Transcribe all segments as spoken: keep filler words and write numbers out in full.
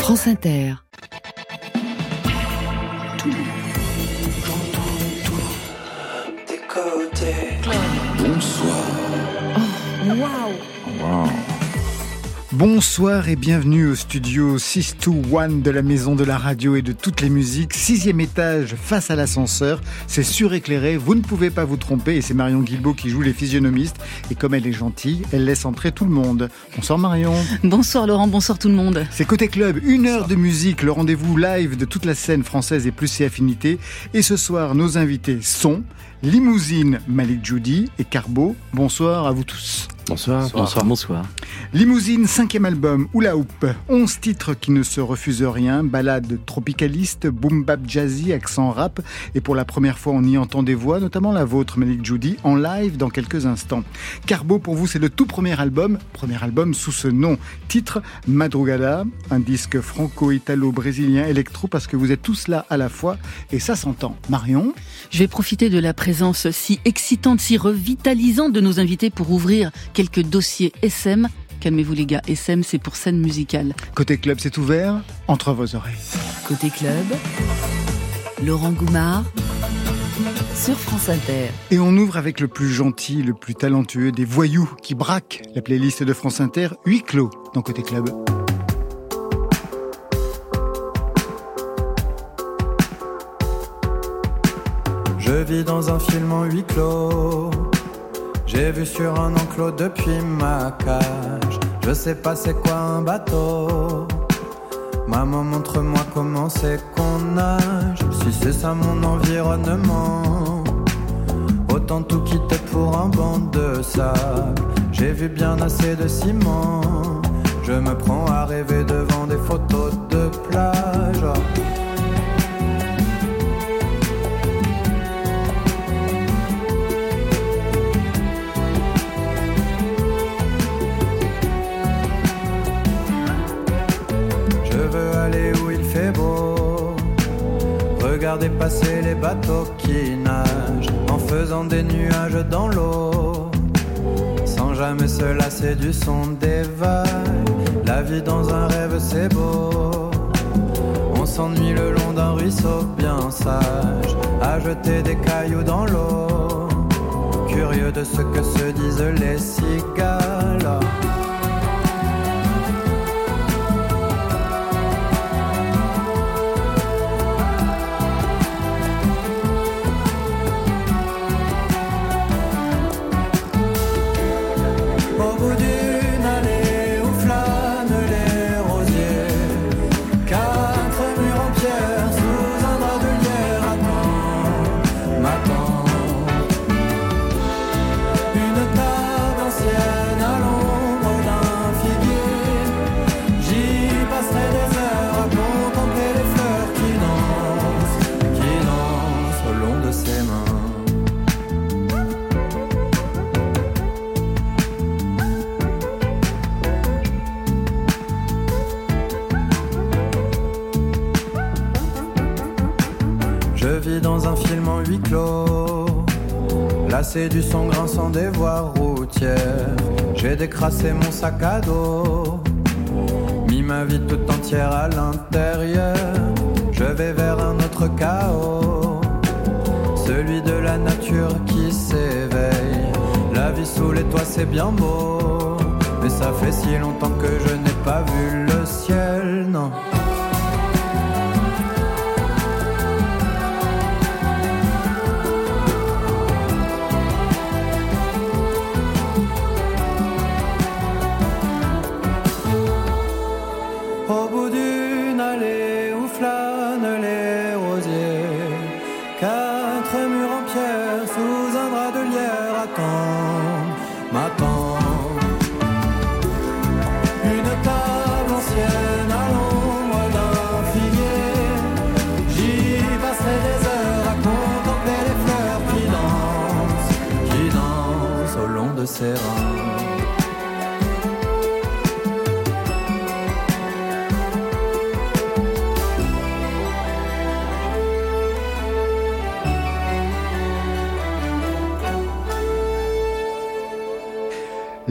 France Inter. Bonsoir. Oh, waouh. Wow. Bonsoir et bienvenue au studio six deux un de la Maison de la Radio et de toutes les musiques. Sixième étage face à l'ascenseur, c'est suréclairé, vous ne pouvez pas vous tromper et c'est Marion Guilbault qui joue les physionomistes. Et comme elle est gentille, elle laisse entrer tout le monde. Bonsoir Marion. Bonsoir Laurent, bonsoir tout le monde. C'est Côté Club, une heure de musique, le rendez-vous live de toute la scène française et plus ses affinités. Et ce soir, nos invités sont Limousine, Malik Djoudi et Carbo. Bonsoir à vous tous. Bonsoir. Bonsoir. Bonsoir. Bonsoir. Limousine, cinquième album, Hula Hoop. Onze titres qui ne se refusent rien, ballade tropicaliste, boom bap jazzy, accent rap. Et pour la première fois, on y entend des voix, notamment la vôtre, Malik Djoudi, en live dans quelques instants. Carbo, pour vous, c'est le tout premier album, premier album sous ce nom. Titre, Madrugada, un disque franco-italo-brésilien électro, parce que vous êtes tous là à la fois, et ça s'entend. Marion ? Je vais profiter de la présence si excitante, si revitalisante de nos invités pour ouvrir quelques dossiers S M. Calmez-vous les gars, S M c'est pour scène musicale. Côté Club, c'est ouvert entre vos oreilles. Côté Club, Laurent Goumard sur France Inter. Et on ouvre avec le plus gentil, le plus talentueux des voyous qui braquent la playlist de France Inter, Huis clos dans Côté Club. Je vis dans un film en huis clos. J'ai vu sur un enclos depuis ma cage. Je sais pas c'est quoi un bateau. Maman, montre-moi comment c'est qu'on nage. Si c'est ça mon environnement, autant tout quitter pour un banc de sable. J'ai vu bien assez de ciment. Je me prends à rêver devant des photos de plage. Regardez passer les bateaux qui nagent en faisant des nuages dans l'eau, sans jamais se lasser du son des vagues. La vie dans un rêve c'est beau. On s'ennuie le long d'un ruisseau bien sage, à jeter des cailloux dans l'eau, curieux de ce que se disent les cigales. Dans un film en huis clos, lassé du son grinçant des voies routières, j'ai décrassé mon sac à dos, mis ma vie tout entière à l'intérieur. Je vais vers un autre chaos, celui de la nature qui s'éveille. La vie sous les toits c'est bien beau, mais ça fait si longtemps que je n'ai pas vu le ciel, non.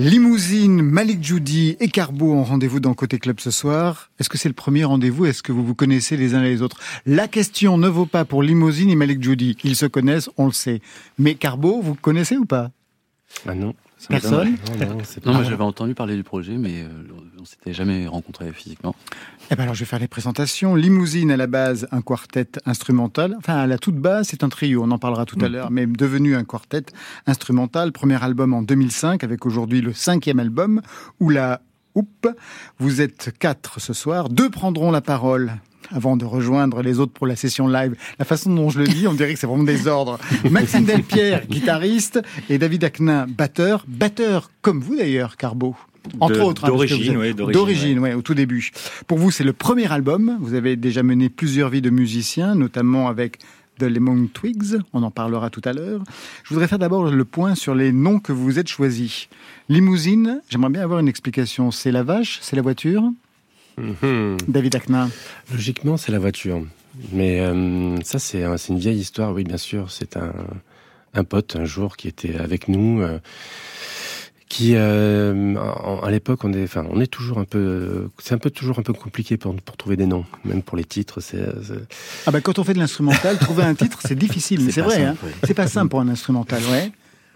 Limousine, Malik Djoudi et Carbo ont rendez-vous dans Côté Club ce soir. Est-ce que c'est le premier rendez-vous? Est-ce que vous vous connaissez les uns les autres? La question ne vaut pas pour Limousine et Malik Djoudi. Ils se connaissent, on le sait. Mais Carbo, vous connaissez ou pas? Ah non. Personne? Non, non, c'est Non, pas... moi j'avais entendu parler du projet, mais euh, on s'était jamais rencontrés physiquement. Eh ben alors je vais faire les présentations. Limousine à la base un quartet instrumental. Enfin à la toute base c'est un trio, on en parlera tout à l'heure, mais devenu un quartet instrumental. Premier album en deux mille cinq avec aujourd'hui le cinquième album. Oula Oup. Vous êtes quatre ce soir. Deux prendront la parole avant de rejoindre les autres pour la session live. La façon dont je le dis, on dirait que c'est vraiment des ordres. Maxime Delpierre, guitariste, et David Aknin, batteur. Batteur comme vous d'ailleurs, Carbo. Entre de, autres. D'origine, hein, oui, d'origine. D'origine, ouais. ouais, au tout début. Pour vous, c'est le premier album. Vous avez déjà mené plusieurs vies de musiciens, notamment avec The Lemon Twigs. On en parlera tout à l'heure. Je voudrais faire d'abord le point sur les noms que vous vous êtes choisis. Limousine, j'aimerais bien avoir une explication. C'est la vache? C'est la voiture? Mmh. David Aknin. Logiquement, c'est la voiture. Mais euh, ça, c'est, un, c'est une vieille histoire, oui, bien sûr. C'est un, un pote, un jour, qui était avec nous, euh, qui, euh, en, à l'époque, on est, enfin, on est toujours un peu... C'est un peu toujours un peu compliqué pour, pour trouver des noms, même pour les titres. C'est, c'est... Ah bah, quand on fait de l'instrumental, trouver un titre, c'est difficile. C'est, mais c'est vrai, simple, hein. Oui. C'est pas simple pour un instrumental, ouais.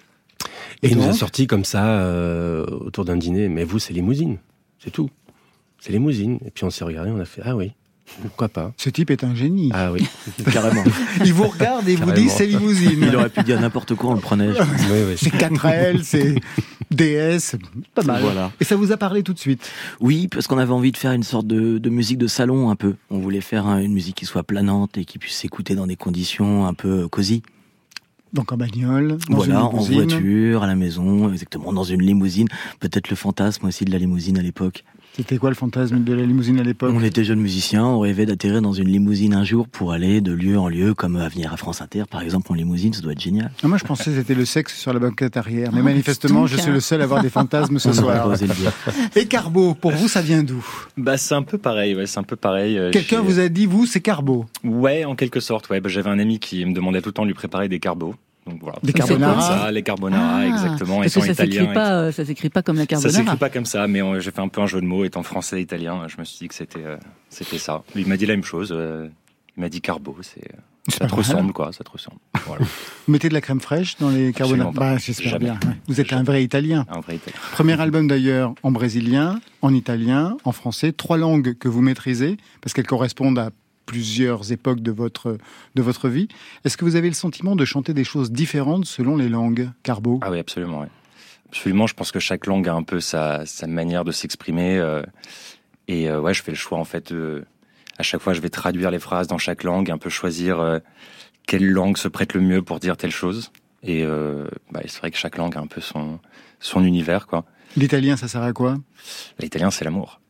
Et, Et il nous a sorti comme ça, euh, autour d'un dîner. Mais vous, c'est Limousine, c'est tout. C'est Limousine. Et puis on s'est regardé, on a fait, ah oui, pourquoi pas. Ce type est un génie. Ah oui, carrément. Il vous regarde et carrément. Vous dit, c'est Limousine. Il aurait pu dire n'importe quoi, on le prenait. oui, oui. C'est quatre L, c'est D S, pas mal. Voilà. Et ça vous a parlé tout de suite? Oui, parce qu'on avait envie de faire une sorte de, de musique de salon un peu. On voulait faire un, une musique qui soit planante et qui puisse s'écouter dans des conditions un peu cosy. Donc en bagnole, dans voilà, une en voiture, à la maison, exactement, dans une limousine. Peut-être le fantasme aussi de la limousine à l'époque. C'était quoi le fantasme de la limousine à l'époque? On était jeunes musiciens, on rêvait d'atterrir dans une limousine un jour pour aller de lieu en lieu, comme à venir à France Inter, par exemple, en limousine, ça doit être génial. Ah, moi, je pensais que c'était le sexe sur la banquette arrière, mais oh, manifestement, je suis le seul à avoir des fantasmes ce soir. Et Carbo, pour vous, ça vient d'où? Bah, c'est un peu pareil, ouais, c'est un peu pareil. Quelqu'un j'ai... vous a dit, vous, c'est Carbo? Ouais, en quelque sorte, ouais. Bah, j'avais un ami qui me demandait tout le temps de lui préparer des carbos. Donc voilà. Des carbonara. Ça, les carbonara, ah, exactement. Parce que ça s'écrit pas, ça s'écrit pas comme la carbonara. Ça s'écrit pas comme ça, mais on, j'ai fait un peu un jeu de mots, étant français et italien. Je me suis dit que c'était, euh, c'était ça. Lui, il m'a dit la même chose. Euh, il m'a dit carbo, c'est, c'est ça te mal. ressemble, quoi. Ça te ressemble. Voilà. Vous mettez de la crème fraîche dans les carbonara? Bah, j'espère Jamais. bien. Ouais. Vous êtes Jamais. un vrai Italien. Un vrai Italien. Premier album d'ailleurs en brésilien, en italien, en français. Trois langues que vous maîtrisez parce qu'elles correspondent à plusieurs époques de votre, de votre vie. Est-ce que vous avez le sentiment de chanter des choses différentes selon les langues, Carbo? Ah oui, absolument. Oui. Absolument, je pense que chaque langue a un peu sa, sa manière de s'exprimer. Euh, et euh, ouais, je fais le choix, en fait, euh, à chaque fois, je vais traduire les phrases dans chaque langue, un peu choisir euh, quelle langue se prête le mieux pour dire telle chose. Et euh, bah, c'est vrai que chaque langue a un peu son, son univers, quoi. L'italien, ça sert à quoi? L'italien, c'est l'amour.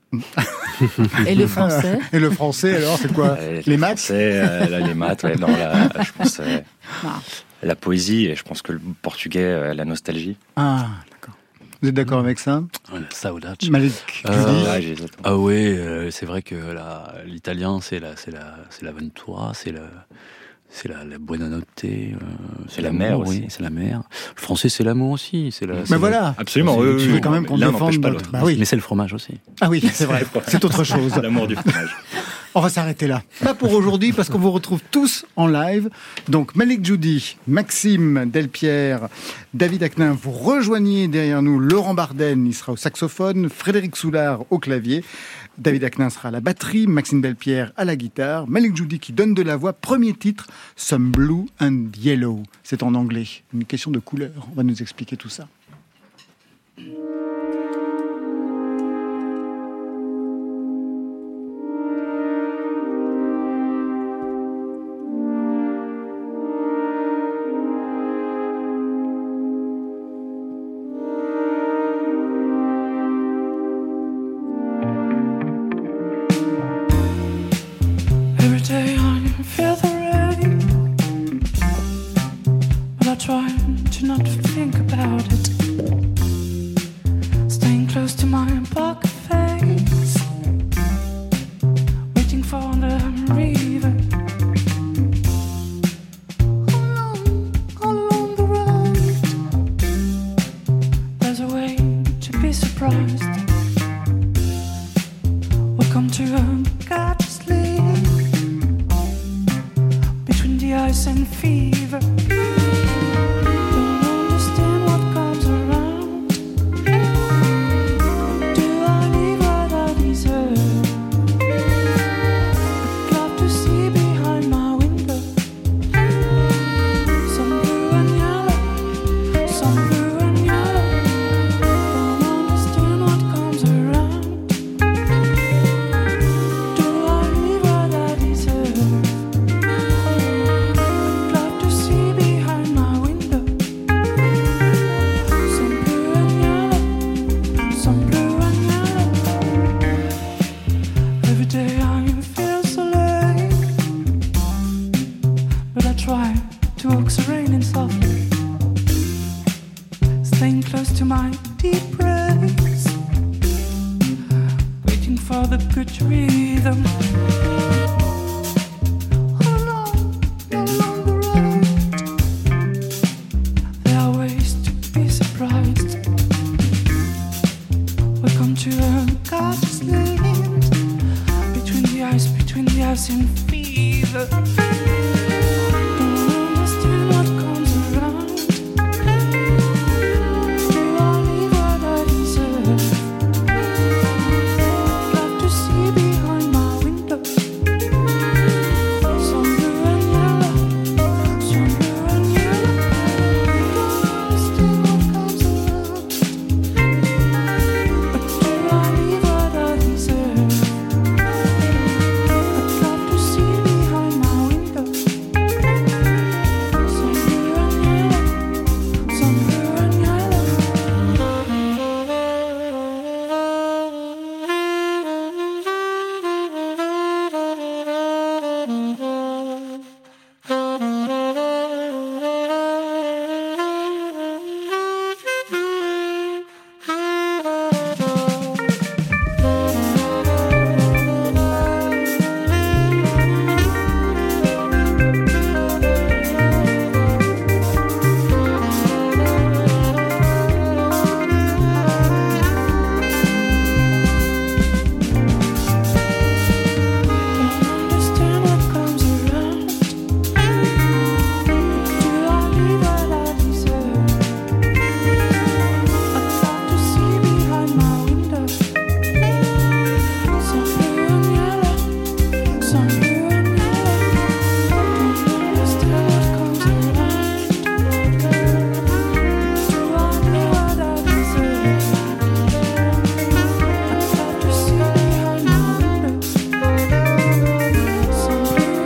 Et le français? Et le français, alors, c'est quoi? euh, Les maths? français, euh, Les maths, ouais, non, la, je pense, euh, ah. la poésie, et je pense que le portugais, euh, la nostalgie. Ah, d'accord. Vous êtes d'accord avec ça? La saudade. Malik euh, ah, ah oui, euh, c'est vrai que la, l'italien, c'est la, c'est la, c'est la ventura, c'est la... C'est la, la buonanotte, euh, c'est, c'est la mer aussi. Oui, c'est la mer. Le français, c'est l'amour aussi. C'est la, mais c'est voilà. La... Absolument. Oui, oui, tu veux oui, quand même qu'on défende notre... Bah oui. Mais c'est le fromage aussi. Ah oui, c'est vrai. C'est autre chose. L'amour du fromage. On va s'arrêter là. Pas pour aujourd'hui, parce qu'on vous retrouve tous en live. Donc, Malik Djoudi, Maxime Delpierre, David Aknin, vous rejoignez derrière nous Laurent Barden, il sera au saxophone, Frédéric Soulard au clavier, David Aknin sera à la batterie, Maxime Delpierre à la guitare, Malik Djoudi qui donne de la voix. Premier titre, Some Blue and Yellow. C'est en anglais. Une question de couleur. On va nous expliquer tout ça. Try to not think about it. ice and fever. Don't understand what comes around. Do I live what I deserve? I'd love to see behind my window some blue and yellow, some blue and yellow. Don't understand what comes around. Do I live what I deserve? I'd love to see behind my window some blue and yellow, some blue and yellow. Every day I feel so late, but I try to walk serene and softly, staying close to my deep breaths, waiting for the good rhythm. Along, along the road, there are ways to be surprised. Welcome to a gorgeous land, between the ice, between the ice and fever. Don't understand what comes around. Do I live what I deserve? Love to see behind my window some blue and yellow, some blue and yellow. Don't understand what comes around. But do I live what I deserve? I'd love to see behind my window some blue and yellow, some blue and yellow. Don't understand what comes around. Do I live what I deserve? I'd love to see behind my window some blue and yellow, some blue and yellow. Don't understand what comes around. Do I live what I deserve? I'd love to see behind my window some blue and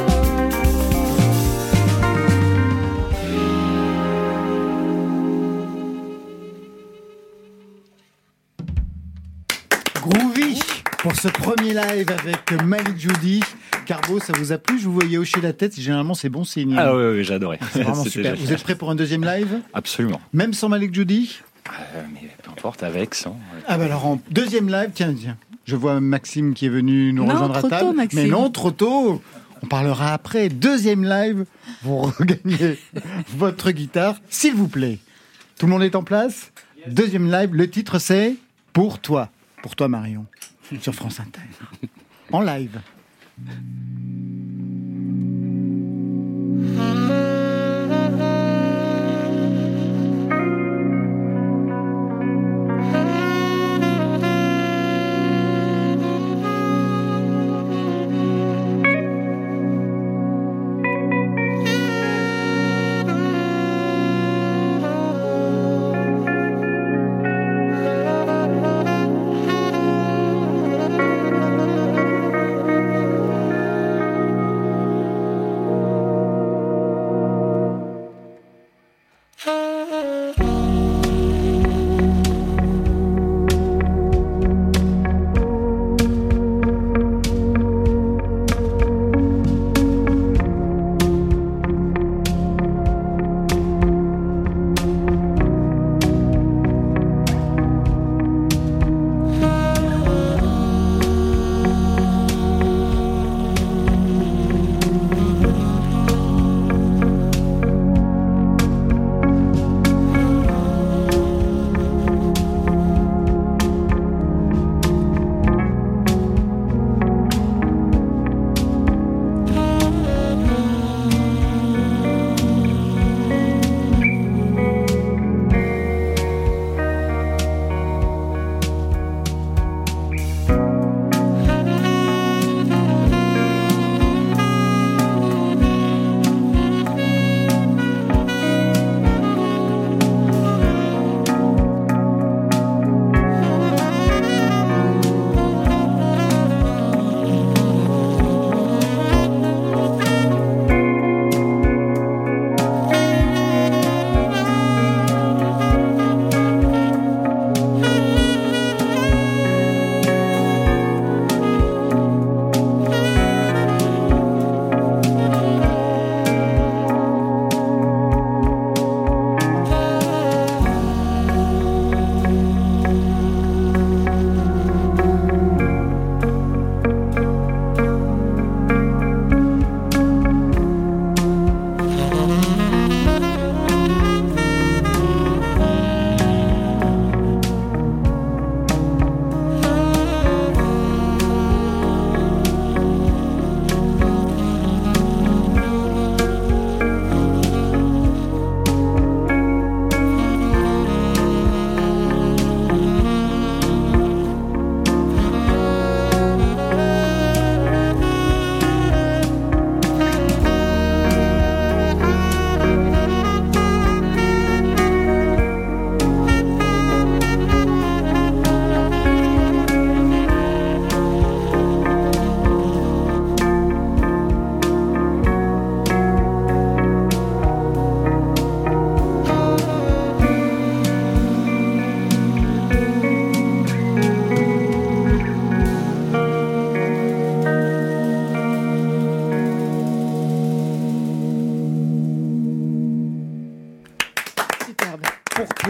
Groovy pour ce premier live avec Malik Judy. Carbo, ça vous a plu? Je vous voyais hocher la tête. Généralement, c'est bon signe. Ah oui, oui, j'ai adoré. C'est vraiment C'était super. génial. Vous êtes prêts pour un deuxième live? Absolument. Même sans Malik Judy? Euh, mais peu importe, avec, sans. euh. Ah bah alors en deuxième live, tiens, tiens. Je vois Maxime qui est venu nous Non, rejoindre à trop table. tôt, Maxime. Mais non, trop tôt. On parlera après. Deuxième live, vous regagnez votre guitare, s'il vous plaît. Tout le monde est en place? Deuxième live, le titre c'est Pour toi. Pour toi Marion, sur France Inter. En live. yellow.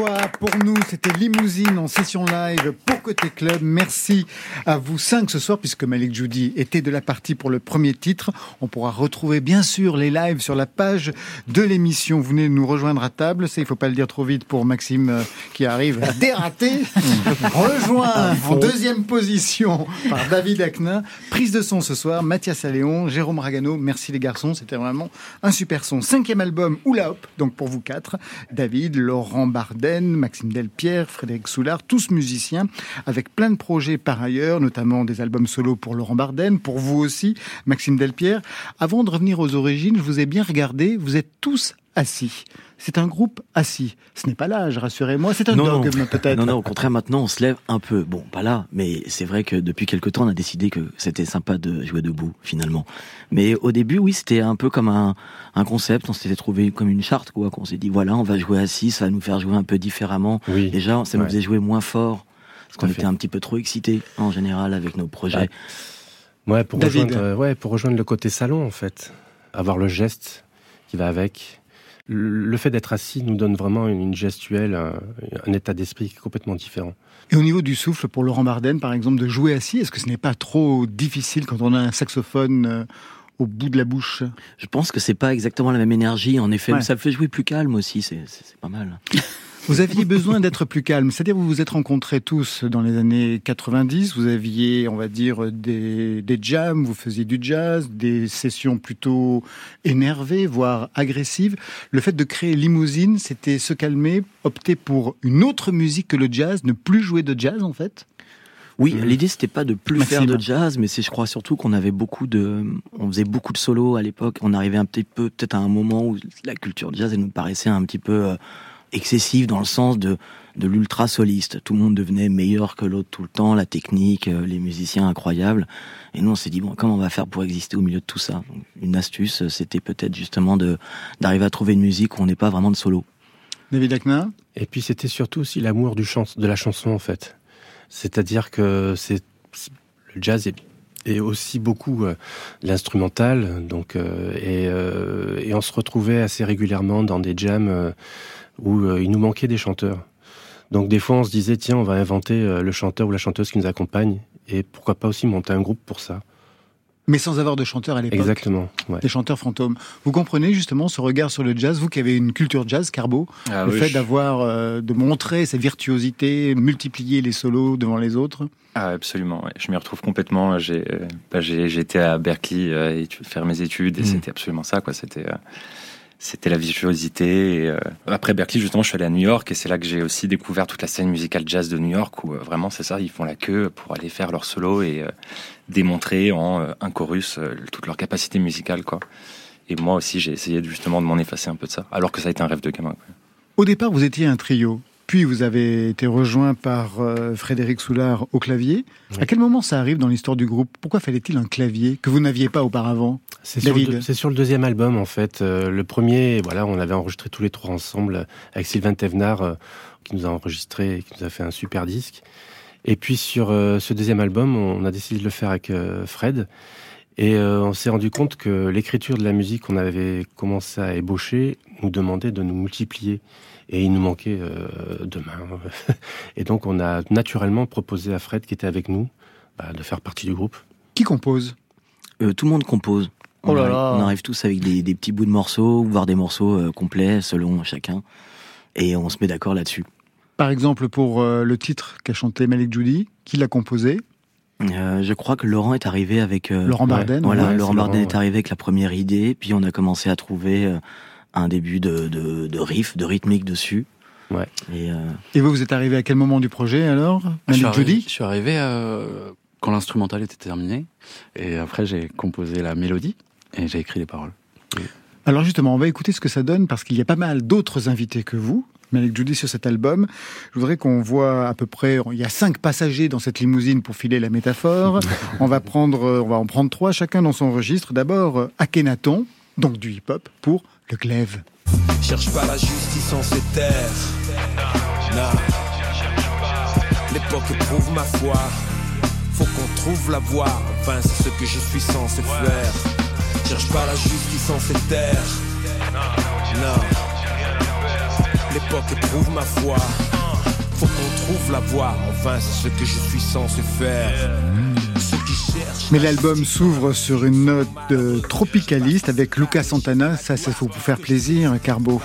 Voilà, pour nous, c'était Limousine en session live pour Côté Club. Merci à vous cinq ce soir, puisque Malik Djoudi était de la partie pour le premier titre. On pourra retrouver bien sûr les lives sur la page de l'émission. Vous venez nous rejoindre à table. C'est, il ne faut pas le dire trop vite pour Maxime euh, qui arrive à dérater. Rejoint en deuxième position par David Aknin. Prise de son ce soir, Mathias Alléon, Jérôme Ragano. Merci les garçons, c'était vraiment un super son. Cinquième album, Oula Hop, donc pour vous quatre. David, Laurent Barden, Maxime Delpierre, Frédéric Soulard, tous musiciens, avec plein de projets par ailleurs, notamment des albums solo pour Laurent Barden, pour vous aussi, Maxime Delpierre. Avant de revenir aux origines, je vous ai bien regardé, vous êtes tous assis. C'est un groupe assis. Ce n'est pas l'âge, rassurez-moi, c'est un non, dogme non. peut-être. Non, non, au contraire, maintenant on se lève un peu. Bon, pas là, mais c'est vrai que depuis quelque temps on a décidé que c'était sympa de jouer debout, finalement. Mais au début, oui, c'était un peu comme un, un concept, on s'était trouvé comme une charte, quoi, qu'on s'est dit, voilà, on va jouer assis, ça va nous faire jouer un peu différemment. Oui. Déjà, ça nous Ouais. faisait jouer moins fort, parce qu'on Tout à était fait. un petit peu trop excités, en général, avec nos projets. Ouais, ouais pour, David. rejoindre, euh, ouais, pour rejoindre le côté salon, en fait. Avoir le geste qui va avec. Le, le fait d'être assis nous donne vraiment une, une gestuelle, un, un état d'esprit complètement différent. Et au niveau du souffle, pour Laurent Barden, par exemple, de jouer assis, est-ce que ce n'est pas trop difficile quand on a un saxophone euh, au bout de la bouche? Je pense que c'est pas exactement la même énergie, en effet, Ouais. mais ça le fait jouer plus calme aussi, c'est, c'est, c'est pas mal. Vous aviez besoin d'être plus calme, c'est-à-dire vous vous êtes rencontrés tous dans les années quatre-vingt-dix, vous aviez, on va dire, des, des jams, vous faisiez du jazz, des sessions plutôt énervées, voire agressives. Le fait de créer Limousine, c'était se calmer, opter pour une autre musique que le jazz, ne plus jouer de jazz en fait? Oui, l'idée c'était pas de plus Maxime. faire de jazz, mais c'est, je crois surtout qu'on avait beaucoup de, on faisait beaucoup de solos à l'époque. On arrivait un petit peu, peut-être à un moment où la culture jazz elle nous paraissait un petit peu euh, excessive dans le sens de de l'ultra soliste. Tout le monde devenait meilleur que l'autre tout le temps, la technique, euh, les musiciens incroyables. Et nous on s'est dit bon, comment on va faire pour exister au milieu de tout ça? Une astuce, c'était peut-être justement de d'arriver à trouver une musique où on n'est pas vraiment de solo. David Aknin? Et puis c'était surtout aussi l'amour du chans- de la chanson, en fait. C'est-à-dire que c'est, c'est- le jazz est, est aussi beaucoup euh, l'instrumental, donc euh, et, euh, et on se retrouvait assez régulièrement dans des jams euh, où euh, il nous manquait des chanteurs. Donc des fois on se disait tiens, on va inventer euh, le chanteur ou la chanteuse qui nous accompagne et pourquoi pas aussi monter un groupe pour ça. Mais sans avoir de chanteur à l'époque. Exactement. Ouais. Des chanteurs fantômes. Vous comprenez justement ce regard sur le jazz, vous qui avez une culture jazz, Carbo, Ah le oui, fait je- d'avoir, euh, de montrer sa virtuosité, multiplier les solos devant les autres. Ah, absolument, ouais. Je m'y retrouve complètement. J'ai, euh, bah, j'ai, j'ai été à Berkeley euh, étu- faire mes études et Mm. c'était absolument ça, quoi. C'était, euh, c'était la virtuosité. Et, euh, après Berkeley, justement, je suis allé à New York et c'est là que j'ai aussi découvert toute la scène musicale jazz de New York où euh, vraiment, c'est ça, ils font la queue pour aller faire leur solo et euh, démontrer en euh, un chorus euh, toute leur capacité musicale, quoi. Et moi aussi, j'ai essayé de, justement de m'en effacer un peu de ça, alors que ça a été un rêve de gamin, quoi. Au départ, vous étiez un trio. Puis vous avez été rejoint par euh, Frédéric Soulard au clavier. Oui. À quel moment ça arrive dans l'histoire du groupe? Pourquoi fallait-il un clavier que vous n'aviez pas auparavant? C'est sur, le, David. deux- c'est sur le deuxième album en fait. Euh, le premier, voilà, on avait enregistré tous les trois ensemble avec Sylvain Thévenard euh, qui nous a enregistré et qui nous a fait un super disque. Et puis sur euh, ce deuxième album, on a décidé de le faire avec euh, Fred. Et euh, on s'est rendu compte que l'écriture de la musique qu'on avait commencé à ébaucher nous demandait de nous multiplier. Et il nous manquait euh, de mains. Et donc on a naturellement proposé à Fred, qui était avec nous, bah, de faire partie du groupe. Qui compose? Euh, tout le monde compose. On, Oh là arrive, là. on arrive tous avec des, des petits bouts de morceaux, voire des morceaux euh, complets selon chacun. Et on se met d'accord là-dessus. Par exemple, pour euh, le titre qu'a chanté Malik Djoudi, qui l'a composé? Euh, je crois que Laurent est arrivé avec... euh, Laurent Barden. Voilà, ouais, Laurent c'est Barden Laurent, est ouais. arrivé avec la première idée, puis on a commencé à trouver euh, un début de, de, de riff, de rythmique dessus. Ouais. Et, euh, Et vous, vous êtes arrivé à quel moment du projet alors? Je suis Malik arrivé, Djoudi? je suis arrivé euh, quand l'instrumental était terminé. Et après, j'ai composé la mélodie et j'ai écrit les paroles. Alors justement, on va écouter ce que ça donne parce qu'il y a pas mal d'autres invités que vous, Malik Djoudi, sur cet album. Je voudrais qu'on voit à peu près, il y a cinq passagers dans cette limousine pour filer la métaphore. on va prendre, on va en prendre trois, chacun dans son registre. D'abord, Akhenaton, donc du hip-hop, pour le glaive. Cherche pas la justice en ces terres. Non. L'époque éprouve ma foi. Faut qu'on trouve la voie. Enfin, c'est ce que je suis censé faire. Cherche pas la justice en ces terres. Non. l'époque éprouve ma foi. Faut qu'on trouve la voie, enfin c'est ce que je suis censé faire. Ceux qui cherchent. Mais l'album s'ouvre sur une note de tropicaliste avec Lucas Santana, ça c'est pour vous faire plaisir, Carbo.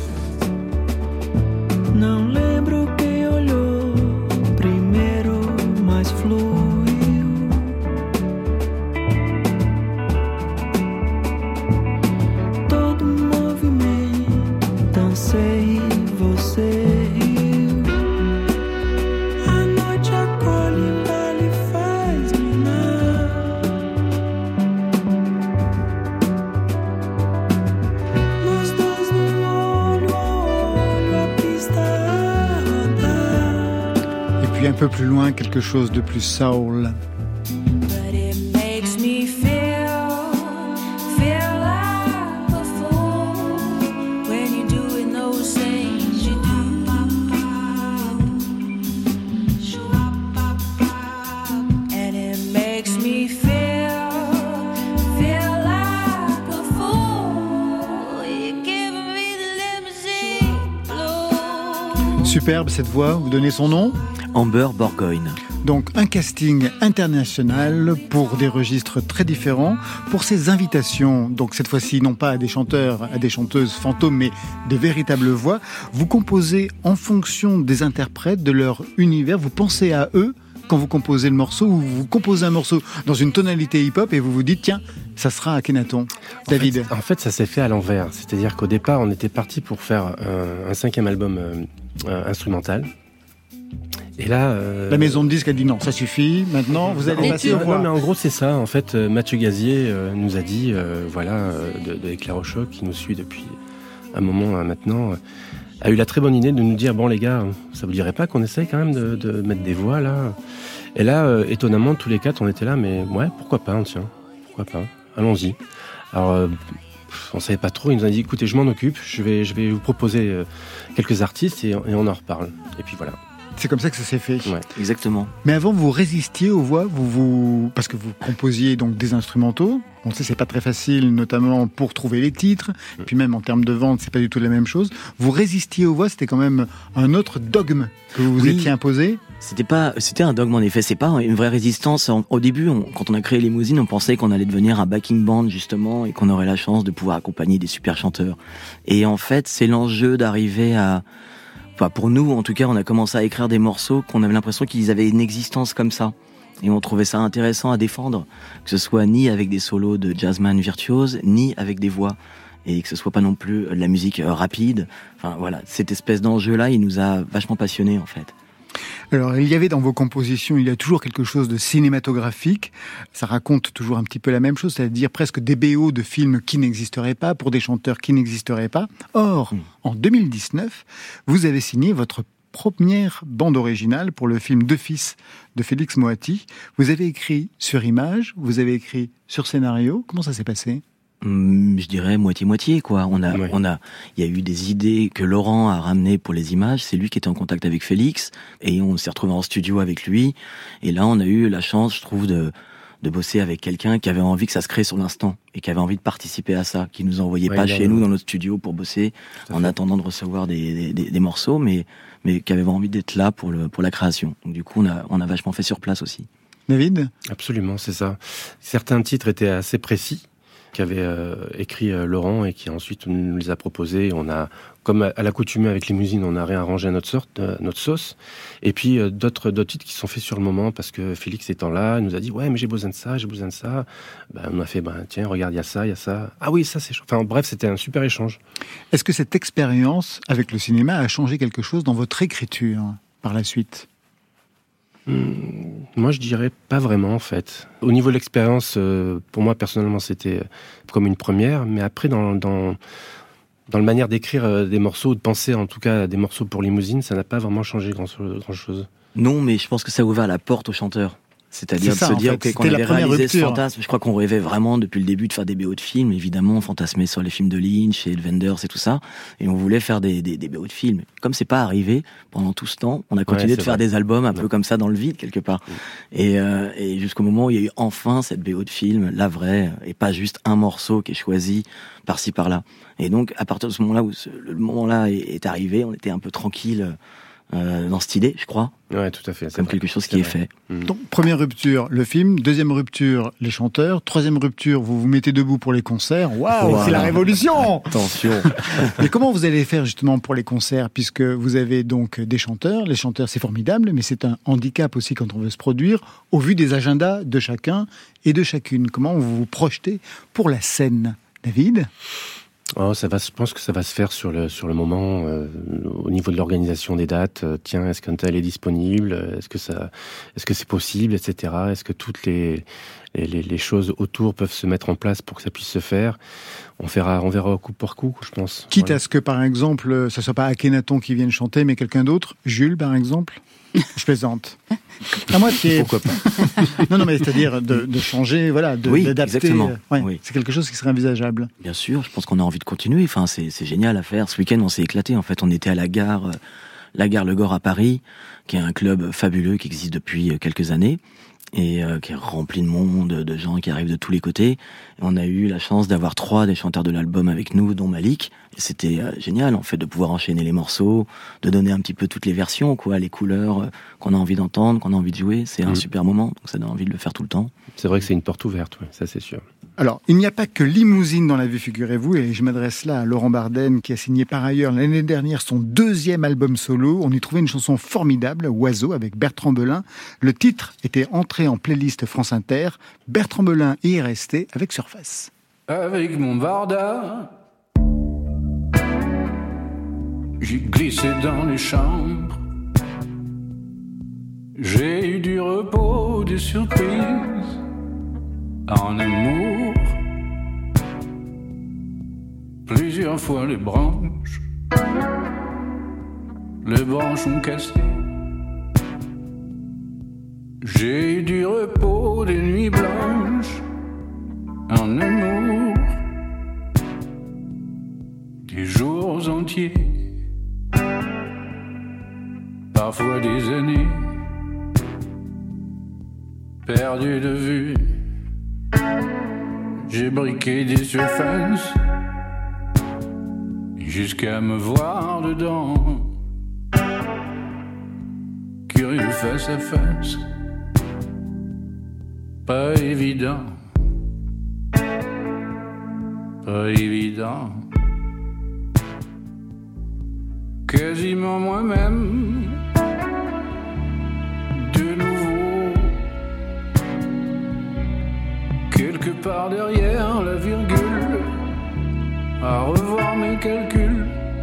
Não lembro quem olhou primeiro, mas fluiu. Todo movimento, dancei, você riu. A noite acolhe, embala e faz minar. Nós dois no olho a olho, a pista a rodar. Et puis un peu plus loin, quelque chose de plus soul. But it makes me feel, feel like a fool when you're doing those things you do. And it makes me feel, feel like a fool. You're giving me the limousine blue. Superbe cette voix, vous donnez son nom ? Amber Borgoyne. Donc un casting international pour des registres très différents, pour ces invitations, donc cette fois-ci non pas à des chanteurs, à des chanteuses fantômes, mais de véritables voix. Vous composez en fonction des interprètes, de leur univers, vous pensez à eux quand vous composez le morceau, ou vous composez un morceau dans une tonalité hip-hop et vous vous dites tiens, ça sera à Kenaton. David. En fait, en fait, ça s'est fait à l'envers. C'est-à-dire qu'au départ, on était parti pour faire un, un cinquième album euh, instrumental. Et là, euh... la maison de disques a dit non, ça suffit. Maintenant, vous allez passer au voix. Non, mais en gros, c'est ça. En fait, Mathieu Gazier euh, nous a dit, euh, voilà, euh, de, de Éclair au choc, qui nous suit depuis un moment euh, maintenant, euh, a eu la très bonne idée de nous dire bon les gars, ça vous dirait pas qu'on essaye quand même de, de mettre des voix là. Et là, euh, étonnamment, tous les quatre, on était là, mais ouais, pourquoi pas, tiens, pourquoi pas, allons-y. Alors. Euh, on savait pas trop, il nous a dit écoutez, je m'en occupe, je vais, je vais vous proposer euh, quelques artistes et, et on en reparle. Et puis voilà. C'est comme ça que ça s'est fait. Ouais. Exactement. Mais avant, vous résistiez aux voix, vous, vous... parce que vous composiez donc des instrumentaux. On sait c'est pas très facile, notamment pour trouver les titres. Et puis même en termes de vente, c'est pas du tout la même chose. Vous résistiez aux voix, c'était quand même un autre dogme que vous vous Oui. étiez imposé. C'était pas, c'était un dogme en effet. C'est pas une vraie résistance. Au début, on, quand on a créé Limousine, on pensait qu'on allait devenir un backing band justement et qu'on aurait la chance de pouvoir accompagner des super chanteurs. Et en fait, c'est l'enjeu d'arriver à, enfin pour nous en tout cas, on a commencé à écrire des morceaux qu'on avait l'impression qu'ils avaient une existence comme ça. Et on trouvait ça intéressant à défendre, que ce soit ni avec des solos de jazzman virtuose, ni avec des voix. Et que ce soit pas non plus de la musique rapide. Enfin voilà, cette espèce d'enjeu-là, il nous a vachement passionnés en fait. Alors, il y avait dans vos compositions, il y a toujours quelque chose de cinématographique. Ça raconte toujours un petit peu la même chose, c'est-à-dire presque des B O de films qui n'existeraient pas, pour des chanteurs qui n'existeraient pas. Or, mmh. en deux mille dix-neuf, vous avez signé votre première bande originale pour le film Deux fils de Félix Moati. Vous avez écrit sur image, vous avez écrit sur scénario. Comment ça s'est passé ? Je dirais moitié-moitié, quoi. On a, oui. on a, il y a eu des idées que Laurent a ramenées pour les images. C'est lui qui était en contact avec Félix et on s'est retrouvé en studio avec lui. Et là, on a eu la chance, je trouve, de, de bosser avec quelqu'un qui avait envie que ça se crée sur l'instant et qui avait envie de participer à ça, qui nous envoyait oui, pas chez nous dans notre studio pour bosser en attendant de recevoir des, des, des morceaux, mais, mais qui avait envie d'être là pour le, pour la création. Donc, du coup, on a, on a vachement fait sur place aussi. David ? Absolument, c'est ça. Certains titres étaient assez précis, qu'avait euh, écrit euh, Laurent et qui ensuite nous les a proposés. On a, comme à, à l'accoutumée avec Limousine, on a réarrangé à notre sorte, euh, notre sauce. Et puis euh, d'autres, d'autres titres qui sont faits sur le moment parce que Félix étant là, il nous a dit ouais mais j'ai besoin de ça, j'ai besoin de ça. Ben, on a fait ben tiens regarde il y a ça, il y a ça. Ah oui ça c'est. Enfin bref c'était un super échange. Est-ce que cette expérience avec le cinéma a changé quelque chose dans votre écriture par la suite ? Moi, je dirais pas vraiment, en fait. Au niveau de l'expérience, euh, pour moi, personnellement, c'était comme une première. Mais après, dans, dans, dans la manière d'écrire euh, des morceaux, de penser en tout cas à des morceaux pour Limousine, ça n'a pas vraiment changé grand-chose. grand-chose. Non, mais je pense que ça a ouvert la porte aux chanteurs. C'est-à-dire C'est ça, de se en dire fait. ok, qu'on C'était la avait première réalisé ce rupture. fantasme. Je crois qu'on rêvait vraiment depuis le début de faire des B O de films. Évidemment, on fantasmait sur les films de Lynch et de Wenders et tout ça. Et on voulait faire des, des, des B O de films. Comme c'est pas arrivé pendant tout ce temps, on a continué Ouais, de c'est faire vrai. des albums un peu Ouais. comme ça dans le vide quelque part. Et, euh, et jusqu'au moment où il y a eu enfin cette B O de film, la vraie, et pas juste un morceau qui est choisi par-ci par-là. Et donc, à partir de ce moment-là où ce, le moment-là est, est arrivé, on était un peu tranquille euh, dans cette idée, je crois, Ouais, tout à fait. c'est comme vrai. quelque chose C'est qui est vrai. fait. Mhm. Donc, première rupture, le film. Deuxième rupture, les chanteurs. Troisième rupture, vous vous mettez debout pour les concerts. Waouh, Voilà. c'est la révolution. Attention. Mais comment vous allez faire justement pour les concerts, puisque vous avez donc des chanteurs. Les chanteurs, c'est formidable, mais c'est un handicap aussi quand on veut se produire, au vu des agendas de chacun et de chacune. Comment vous vous projetez pour la scène, David? Oh, ça va, je pense que ça va se faire sur le sur le moment, euh, au niveau de l'organisation des dates. Euh, tiens, est-ce qu'un tel est disponible? Est-ce que ça, est-ce que c'est possible, et cetera. Est-ce que toutes les, les les les choses autour peuvent se mettre en place pour que ça puisse se faire? On verra, on verra coup pour coup, je pense. Quitte Voilà. à ce que, par exemple, ce soit pas Akhenaton qui vienne chanter, mais quelqu'un d'autre. Jules, par exemple. Je plaisante. À moitié. Pourquoi pas? Non, non, mais c'est-à-dire de, de changer, voilà, de, Oui, d'adapter. exactement. Ouais, Oui. C'est quelque chose qui serait envisageable. Bien sûr, je pense qu'on a envie de continuer. Enfin, c'est, c'est génial à faire. Ce week-end, on s'est éclaté. En fait, on était à la gare, euh, la gare Le Gore à Paris, qui est un club fabuleux qui existe depuis euh, quelques années et euh, qui est rempli de monde, de gens qui arrivent de tous les côtés. Et on a eu la chance d'avoir trois des chanteurs de l'album avec nous, dont Malik. Et c'était euh, génial, en fait, de pouvoir enchaîner les morceaux, de donner un petit peu toutes les versions, quoi, les couleurs euh, qu'on a envie d'entendre, qu'on a envie de jouer. C'est un Mhm. super moment, donc ça donne envie de le faire tout le temps. C'est vrai que c'est une porte ouverte, ouais, ça c'est sûr. Alors, il n'y a pas que Limousine dans la vie, figurez-vous, et je m'adresse là à Laurent Barden, qui a signé par ailleurs l'année dernière son deuxième album solo. On y trouvait une chanson formidable, Oiseau, avec Bertrand Belin. Le titre était entré en playlist France Inter. Bertrand Belin y est resté avec Surface. Avec mon Varda, j'ai glissé dans les chambres. J'ai eu du repos, des surprises, en amour. Plusieurs fois les branches, les branches ont cassé. J'ai eu du repos, des nuits blanches, en amour, des jours entiers, parfois des années, perdus de vue. J'ai briqué des surfaces jusqu'à me voir dedans, curieux face à face, pas évident. Pas évident. Quasiment moi-même, de nouveau, quelque part derrière la virgule, à revoir mes calculs,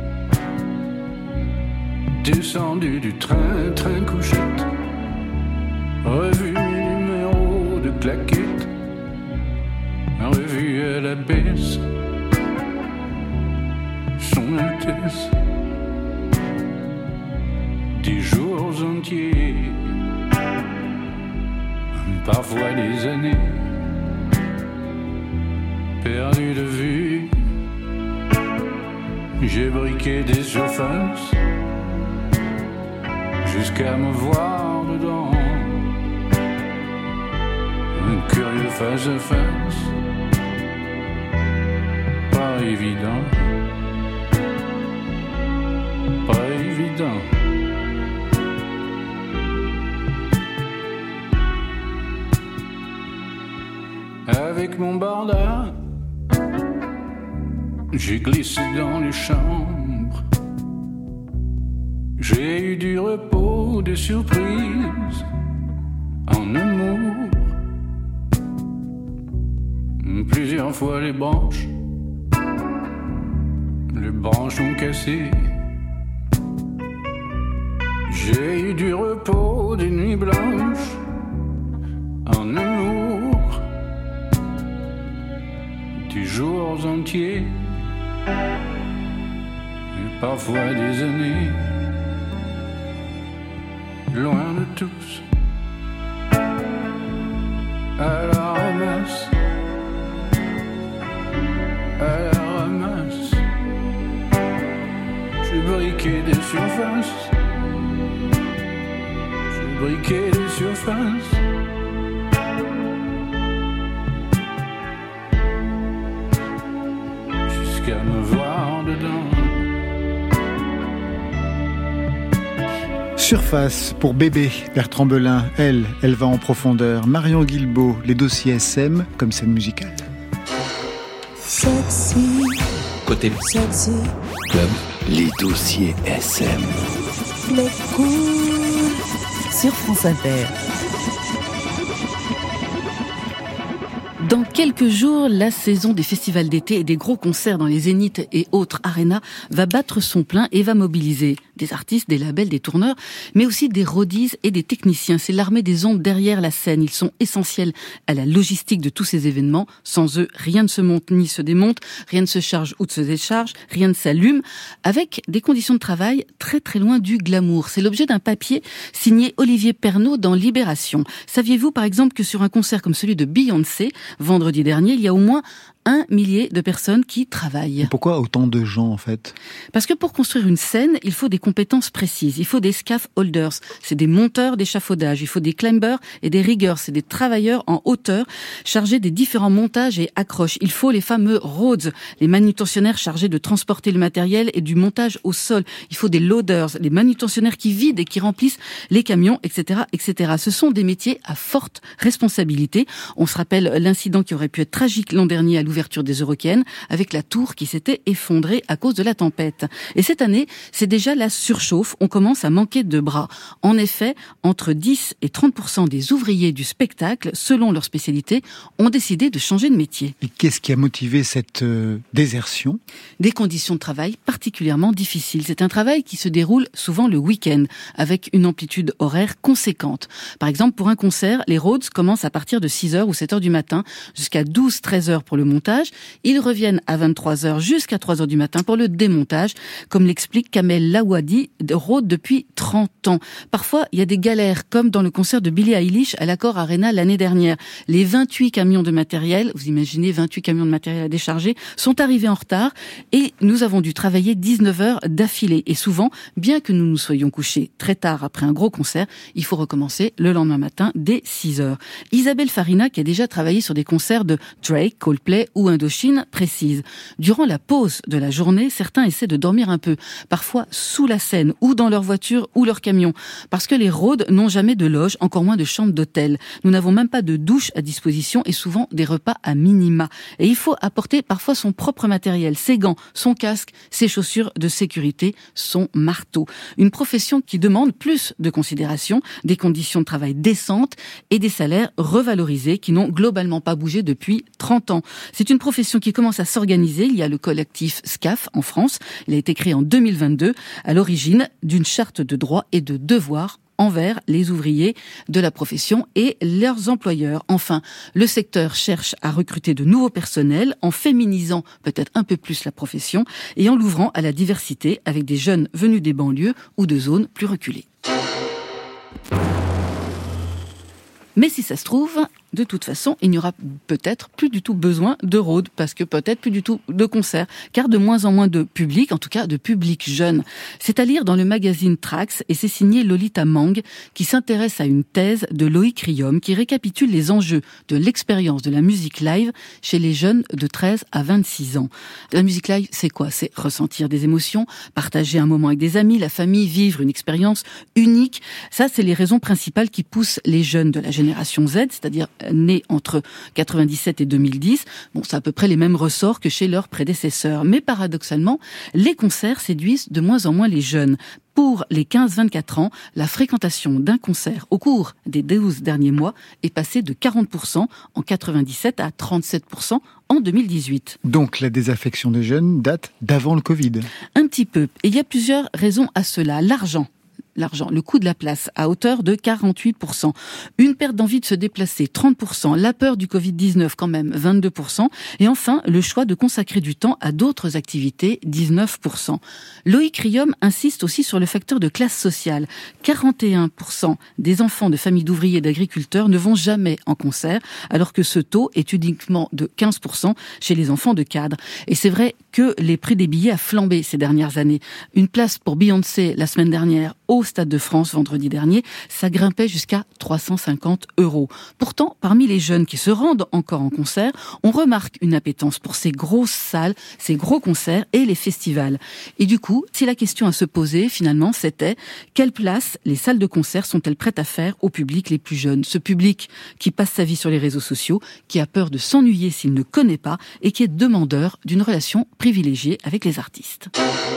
descendu du train, train couchette, revu mes numéros de claquettes, revu à la baisse Son Altesse, des jours entiers, parfois des années, perdus de vue. J'ai briqué des surfaces jusqu'à me voir dedans, un curieux face à face, pas évident, pas évident. Avec mon barda, j'ai glissé dans les chambres. J'ai eu du repos, des surprises, en amour. Plusieurs fois les branches, les branches ont cassé. J'ai eu du repos, des nuits blanches, en amour, des jours entiers, et parfois des années, loin de tous, à la ramasse, à la ramasse. J'ai briqué des surfaces, j'ai briqué des surfaces. Jusqu'à me voir dedans. Surface pour bébé, Bertrand Belin. Elle, elle va en profondeur. Marion Guilbault, les dossiers S M comme scène musicale. Sexy. Côté Sexy. club, les dossiers S M. Les cool. Sur France Inter. Dans quelques jours, la saison des festivals d'été et des gros concerts dans les zéniths et autres arénas va battre son plein et va mobiliser des artistes, des labels, des tourneurs, mais aussi des roadies et des techniciens. C'est l'armée des ondes derrière la scène. Ils sont essentiels à la logistique de tous ces événements. Sans eux, rien ne se monte ni se démonte, rien ne se charge ou ne se décharge, rien ne s'allume, avec des conditions de travail très très loin du glamour. C'est l'objet d'un papier signé Olivier Pernaud dans Libération. Saviez-vous par exemple que sur un concert comme celui de Beyoncé, vendredi dernier, il y a au moins un millier de personnes qui travaillent. Et pourquoi autant de gens, en fait ? Parce que pour construire une scène, il faut des compétences précises. Il faut des scaffolders, c'est des monteurs d'échafaudage. Il faut des climbers et des riggers, c'est des travailleurs en hauteur chargés des différents montages et accroches. Il faut les fameux roads, les manutentionnaires chargés de transporter le matériel et du montage au sol. Il faut des loaders, les manutentionnaires qui vident et qui remplissent les camions, et cetera, et cetera. Ce sont des métiers à forte responsabilité. On se rappelle l'incident qui aurait pu être tragique l'an dernier à l'ouverture des Eurockéennes, avec la tour qui s'était effondrée à cause de la tempête. Et cette année, c'est déjà la surchauffe. On commence à manquer de bras. En effet, entre dix et trente pour cent des ouvriers du spectacle, selon leur spécialité, ont décidé de changer de métier. Et qu'est-ce qui a motivé cette euh, désertion ? Des conditions de travail particulièrement difficiles. C'est un travail qui se déroule souvent le week-end, avec une amplitude horaire conséquente. Par exemple, pour un concert, les roads commencent à partir de six heures ou sept heures du matin, jusqu'à douze à treize heures pour le montage. Ils reviennent à vingt-trois heures jusqu'à trois heures du matin pour le démontage, comme l'explique Kamel Lawadi, de Rhodes depuis trente ans. Parfois, il y a des galères, comme dans le concert de Billie Eilish à l'Accor Arena l'année dernière. Les vingt-huit camions de matériel, vous imaginez vingt-huit camions de matériel à décharger, sont arrivés en retard et nous avons dû travailler dix-neuf heures d'affilée. Et souvent, bien que nous nous soyons couchés très tard après un gros concert, il faut recommencer le lendemain matin dès six heures. Isabelle Farina, qui a déjà travaillé sur des concerts de Drake, Coldplay ou Indochine, précise. Durant la pause de la journée, certains essaient de dormir un peu, parfois sous la scène ou dans leur voiture ou leur camion, parce que les roads n'ont jamais de loge, encore moins de chambre d'hôtel. Nous n'avons même pas de douche à disposition et souvent des repas à minima. Et il faut apporter parfois son propre matériel, ses gants, son casque, ses chaussures de sécurité, son marteau. Une profession qui demande plus de considération, des conditions de travail décentes et des salaires revalorisés qui n'ont globalement pas bougé depuis trente ans. C'est une profession qui commence à s'organiser. Il y a le collectif S C A F en France. Il a été créé en deux mille vingt-deux à l'origine d'une charte de droits et de devoirs envers les ouvriers de la profession et leurs employeurs. Enfin, le secteur cherche à recruter de nouveaux personnels en féminisant peut-être un peu plus la profession et en l'ouvrant à la diversité avec des jeunes venus des banlieues ou de zones plus reculées. Mais si ça se trouve, de toute façon, il n'y aura peut-être plus du tout besoin de road, parce que peut-être plus du tout de concerts, car de moins en moins de public, en tout cas de public jeune. C'est à lire dans le magazine Trax, et c'est signé Lolita Mang, qui s'intéresse à une thèse de Loïc Riom, qui récapitule les enjeux de l'expérience de la musique live chez les jeunes de treize à vingt-six ans. La musique live, c'est quoi ? C'est ressentir des émotions, partager un moment avec des amis, la famille, vivre une expérience unique. Ça, c'est les raisons principales qui poussent les jeunes de la génération Z, c'est-à-dire nés entre quatre-vingt-dix-sept et deux mille dix. Bon, c'est à peu près les mêmes ressorts que chez leurs prédécesseurs. Mais paradoxalement, les concerts séduisent de moins en moins les jeunes. Pour les quinze à vingt-quatre ans, la fréquentation d'un concert au cours des douze derniers mois est passée de quarante pour cent en quatre-vingt-dix-sept à trente-sept pour cent en deux mille dix-huit. Donc la désaffection des jeunes date d'avant le Covid. Un petit peu. Et il y a plusieurs raisons à cela. L'argent. l'argent, le coût de la place, à hauteur de quarante-huit pour cent. Une perte d'envie de se déplacer, trente pour cent. La peur du covid dix-neuf, quand même, vingt-deux pour cent. Et enfin, le choix de consacrer du temps à d'autres activités, dix-neuf pour cent. Loïc Riom insiste aussi sur le facteur de classe sociale. quarante et un pour cent des enfants de familles d'ouvriers et d'agriculteurs ne vont jamais en concert, alors que ce taux est uniquement de quinze pour cent chez les enfants de cadres. Et c'est vrai que les prix des billets a flambé ces dernières années. Une place pour Beyoncé la semaine dernière au Stade de France vendredi dernier, ça grimpait jusqu'à trois cent cinquante euros. Pourtant, parmi les jeunes qui se rendent encore en concert, on remarque une appétence pour ces grosses salles, ces gros concerts et les festivals. Et du coup, si la question à se poser, finalement, c'était quelle place les salles de concert sont-elles prêtes à faire au public les plus jeunes ? Ce public qui passe sa vie sur les réseaux sociaux, qui a peur de s'ennuyer s'il ne connaît pas et qui est demandeur d'une relation privilégiée avec les artistes.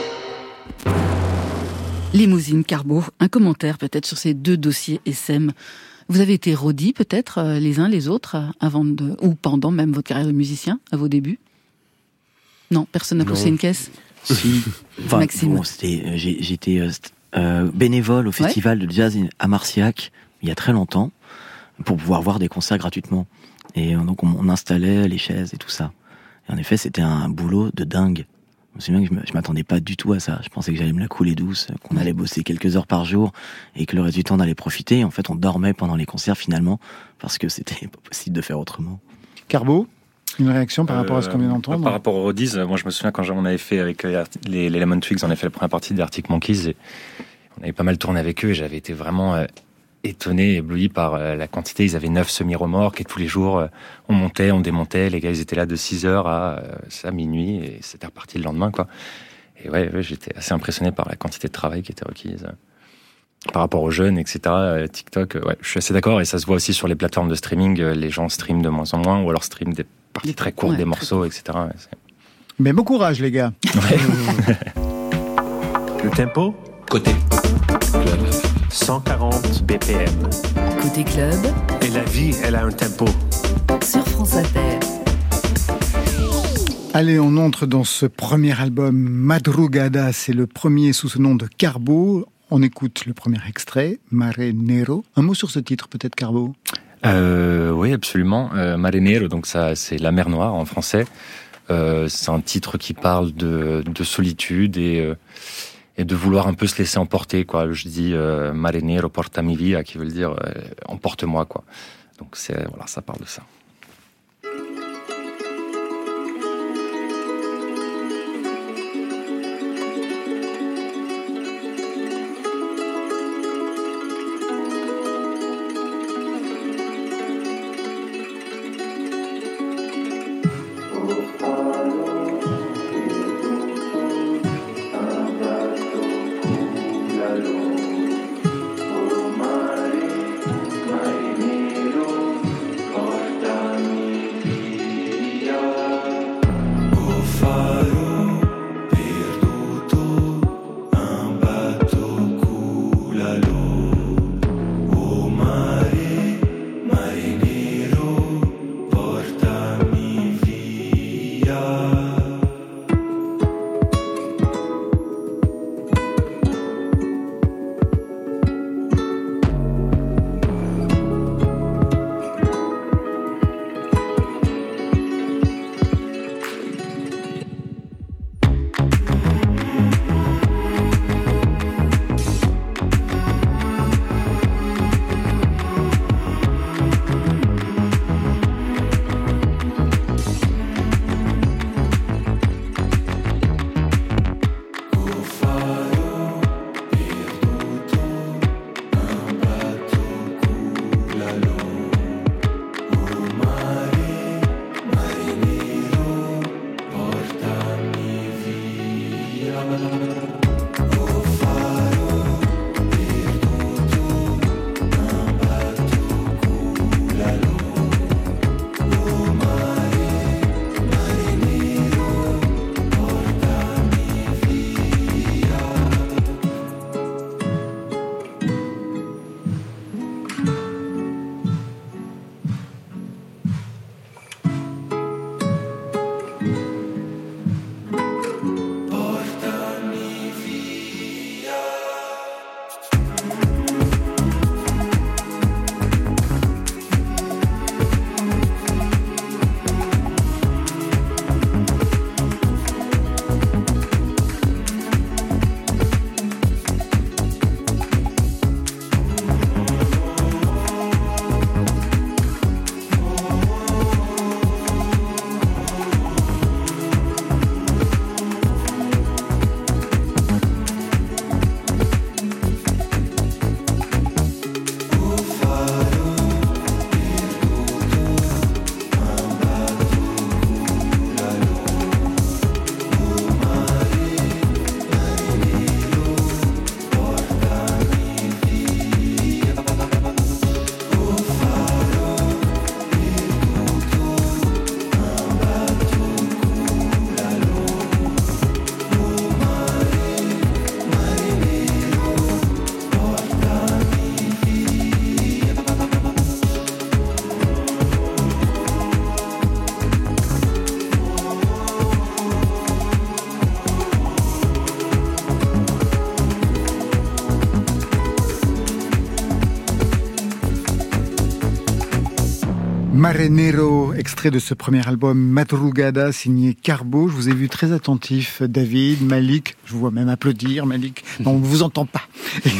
Limousine, Carbo, un commentaire peut-être sur ces deux dossiers S M. Vous avez été rodis peut-être euh, les uns les autres euh, avant de, ou pendant même votre carrière de musicien, à vos débuts ? Non, personne n'a poussé une caisse ? Si. Enfin, Maxime. Bon, c'était, j'ai, j'étais euh, euh, bénévole au festival ouais. de jazz à Marciac il y a très longtemps pour pouvoir voir des concerts gratuitement. Et euh, donc on, on installait les chaises et tout ça. Et en effet, c'était un boulot de dingue. Je me souviens que je, me, je m'attendais pas du tout à ça. Je pensais que j'allais me la couler douce, qu'on allait bosser quelques heures par jour et que le reste du temps on allait profiter. Et en fait, on dormait pendant les concerts finalement parce que c'était pas possible de faire autrement. Carbo, une réaction par rapport à ce qu'on vient d'entendre ? Par rapport aux Roadies, moi je me souviens quand on avait fait avec les, les Lemon Twigs, on avait fait la première partie des Arctic Monkeys et on avait pas mal tourné avec eux et j'avais été vraiment euh, étonné, ébloui par euh, la quantité. Ils avaient neuf semi-remorques et tous les jours euh, on montait, on démontait. Les gars ils étaient là de six heures à, euh, à minuit et c'était reparti le lendemain quoi. Et ouais, ouais, j'étais assez impressionné par la quantité de travail qui était requise euh, par rapport aux jeunes, et cetera. Euh, TikTok, euh, ouais, je suis assez d'accord et ça se voit aussi sur les plateformes de streaming. Euh, les gens streament de moins en moins ou alors streament des parties très courtes, ouais, des morceaux, et cetera. Ouais, c'est... Mais bon courage les gars. Ouais. Le tempo Côté club. cent quarante B P M. Côté club. Et la vie, elle a un tempo. Sur France Inter. Allez, on entre dans ce premier album, Madrugada. C'est le premier sous ce nom de Carbo. On écoute le premier extrait, Mare Nero. Un mot sur ce titre, peut-être, Carbo ? euh, Oui, absolument. Euh, Mare Nero, donc ça, c'est la mer noire en français. Euh, c'est un titre qui parle de, de solitude et, euh, et de vouloir un peu se laisser emporter, quoi. Je dis euh, Mare Nero porta mi via, qui veut dire euh, emporte-moi, quoi. Donc c'est, voilà, ça parle de ça. Porta Marenero, extrait de ce premier album Madrugada, signé Carbo. Je vous ai vu très attentif, David, Malik. Je vous vois même applaudir, Malik. Non, on ne vous entend pas.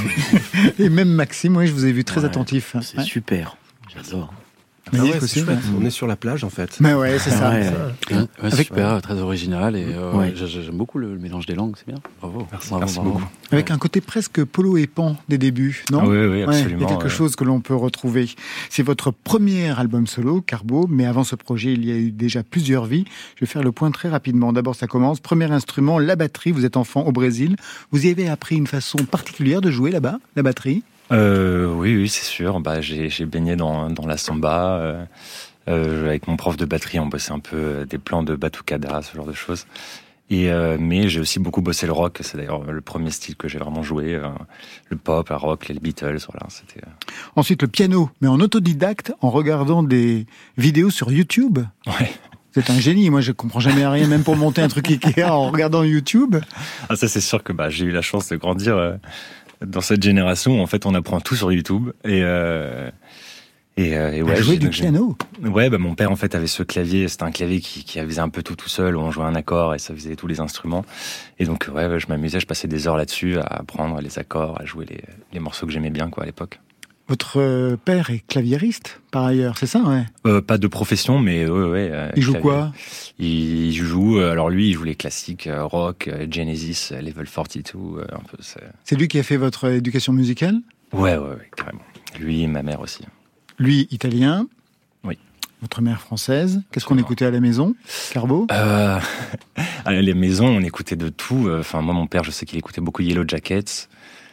Et même Maxime, oui, je vous ai vu très Ouais, attentif. C'est Ouais. super, j'adore. Ah Malik ouais, aussi, c'est chouette. ouais. On est sur la plage en fait. Mais ouais, c'est ça. Ouais. Ouais, ouais, c'est Avec- super, très original et euh, Ouais. j'ai- j'aime beaucoup le, le mélange des langues, c'est bien. Bravo. Merci, bravo, merci bravo. beaucoup. Avec un côté presque Polo et Pan des débuts, non? Ah oui, oui, Ouais, absolument. il y a quelque ouais. chose que l'on peut retrouver. C'est votre premier album solo, Carbo, mais avant ce projet, il y a eu déjà plusieurs vies. Je vais faire le point très rapidement. D'abord, ça commence. Premier instrument, la batterie. Vous êtes enfant au Brésil. Vous y avez appris une façon particulière de jouer là-bas, la batterie? Euh, oui, oui, c'est sûr. Bah, j'ai, j'ai baigné dans, dans la samba. Euh, euh, avec mon prof de batterie, on bossait un peu euh, des plans de batucada, ce genre de choses. Et euh, mais j'ai aussi beaucoup bossé le rock. C'est d'ailleurs le premier style que j'ai vraiment joué. Euh, le pop, le rock, les Beatles. Voilà, c'était. euh, Ensuite, le piano, mais en autodidacte, en regardant des vidéos sur YouTube. Ouais. Vous êtes un génie. Moi, je comprends jamais rien, même pour monter un truc Ikea en regardant YouTube. Ah, ça, c'est sûr que bah, j'ai eu la chance de grandir euh, dans cette génération où en fait on apprend tout sur YouTube. Et euh, et, euh, et À ouais, jouer j'ai- du donc, j'ai- piano. Ouais, bah mon père en fait avait ce clavier, c'était un clavier qui, qui faisait un peu tout tout seul, où on jouait un accord et ça faisait tous les instruments. Et donc ouais, ouais, je m'amusais, je passais des heures là-dessus à apprendre les accords, à jouer les, les morceaux que j'aimais bien quoi à l'époque. Votre euh, père est claviériste, par ailleurs, c'est ça, ouais? Euh, pas de profession, mais ouais, ouais. euh, Il joue clavier. quoi? il, il joue, euh, alors lui, il joue les classiques, euh, rock, euh, Genesis, euh, Level quarante-deux, euh, un peu. C'est... C'est lui qui a fait votre éducation musicale? Ouais, ouais, ouais, carrément. Lui et ma mère aussi. Lui, italien. Oui. Votre mère française. Qu'est-ce qu'on Absolument. écoutait à la maison, Carbo? Euh, à les maisons, on écoutait de tout. Enfin, moi, mon père, je sais qu'il écoutait beaucoup Yellow Jackets.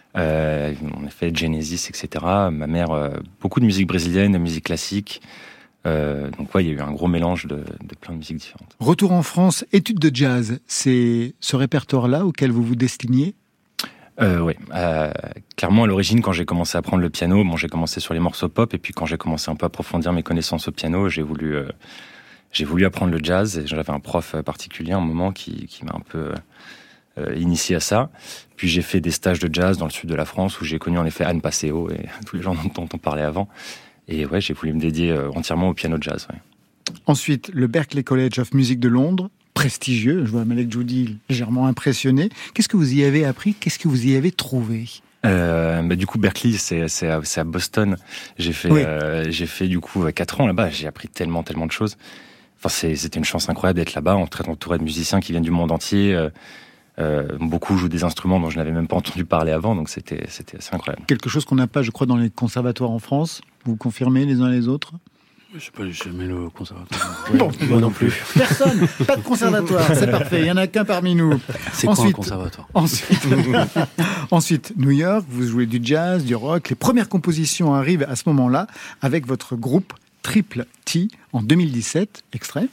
Euh, on a fait Genesis, et cetera. Ma mère, euh, beaucoup de musique brésilienne, de musique classique. Euh, donc, ouais, il y a eu un gros mélange de, de plein de musiques différentes. Retour en France, études de jazz. C'est ce répertoire-là auquel vous vous destiniez? Euh, oui, euh, clairement, à l'origine, quand j'ai commencé à apprendre le piano, bon, j'ai commencé sur les morceaux pop, et puis quand j'ai commencé un peu à approfondir mes connaissances au piano, j'ai voulu, euh, j'ai voulu apprendre le jazz, et j'avais un prof particulier à un moment qui, qui m'a un peu euh, initié à ça. Puis j'ai fait des stages de jazz dans le sud de la France, où j'ai connu en effet Anne Passeo et tous les gens dont on parlait avant. Et ouais, j'ai voulu me dédier euh, entièrement au piano jazz. Ouais. Ensuite, le Berklee College of Music de Londres, prestigieux. Je vois Malek Djoudi légèrement impressionné. Qu'est-ce que vous y avez appris? Qu'est-ce que vous y avez trouvé? Euh, bah, du coup, Berklee, c'est, c'est, à, c'est à Boston. J'ai fait, Oui. euh, j'ai fait du coup quatre ans là-bas. J'ai appris tellement, tellement de choses. Enfin, c'est, c'était une chance incroyable d'être là-bas, en très entouré de musiciens qui viennent du monde entier. Euh, euh, beaucoup jouent des instruments dont je n'avais même pas entendu parler avant, donc c'était, c'était assez incroyable. Quelque chose qu'on n'a pas, je crois, dans les conservatoires en France. Vous confirmez les uns les autres? Je sais pas, j'ai jamais le conservatoire. Bon, Moi non plus. Personne, pas de conservatoire, c'est parfait, il n'y en a qu'un parmi nous. C'est quoi un Ensuite- conservatoire? Ensuite, ensuite, New York, vous jouez du jazz, du rock. Les premières compositions arrivent à ce moment-là avec votre groupe Triple T en deux mille dix-sept. Extrait.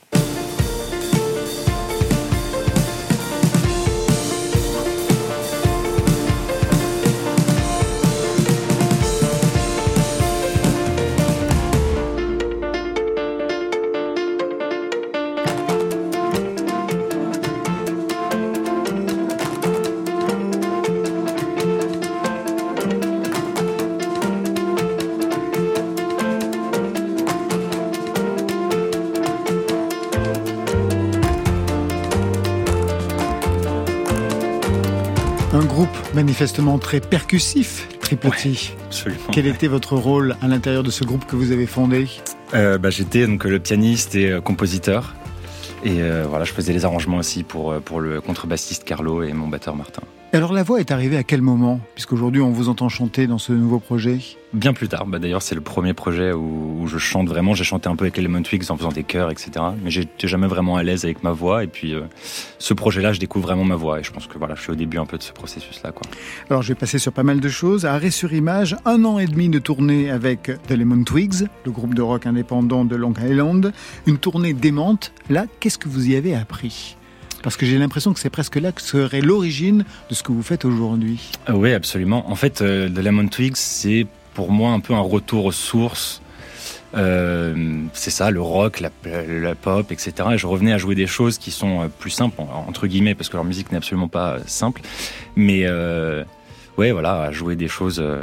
Un groupe manifestement très percussif, Triple T. Absolument. Quel était votre rôle à l'intérieur de ce groupe que vous avez fondé? Euh, bah, j'étais donc le pianiste et euh, compositeur. Et euh, voilà, je faisais les arrangements aussi pour, euh, pour le contrebassiste Carlo et mon batteur Martin. Et alors la voix est arrivée à quel moment? Puisqu'aujourd'hui on vous entend chanter dans ce nouveau projet. Bien plus tard, bah, d'ailleurs c'est le premier projet où, où je chante vraiment. J'ai chanté un peu avec les Lemon Twigs en faisant des chœurs, et cetera. Mais j'étais jamais vraiment à l'aise avec ma voix. Et puis euh, ce projet-là, je découvre vraiment ma voix. Et je pense que voilà, je suis au début un peu de ce processus-là, quoi. Alors je vais passer sur pas mal de choses. Arrêt sur image, un an et demi de tournée avec The Lemon Twigs, le groupe de rock indépendant de Long Island. Une tournée démente. Là, qu'est-ce que vous y avez appris? Parce que j'ai l'impression que c'est presque là que serait l'origine de ce que vous faites aujourd'hui. Ah oui, absolument. En fait, euh, The Lemon Twigs, c'est pour moi un peu un retour aux sources. Euh, c'est ça, le rock, la, la pop, et cetera. Et je revenais à jouer des choses qui sont euh, plus simples, entre guillemets, parce que leur musique n'est absolument pas euh, simple. Mais euh, ouais, voilà, à jouer des choses euh,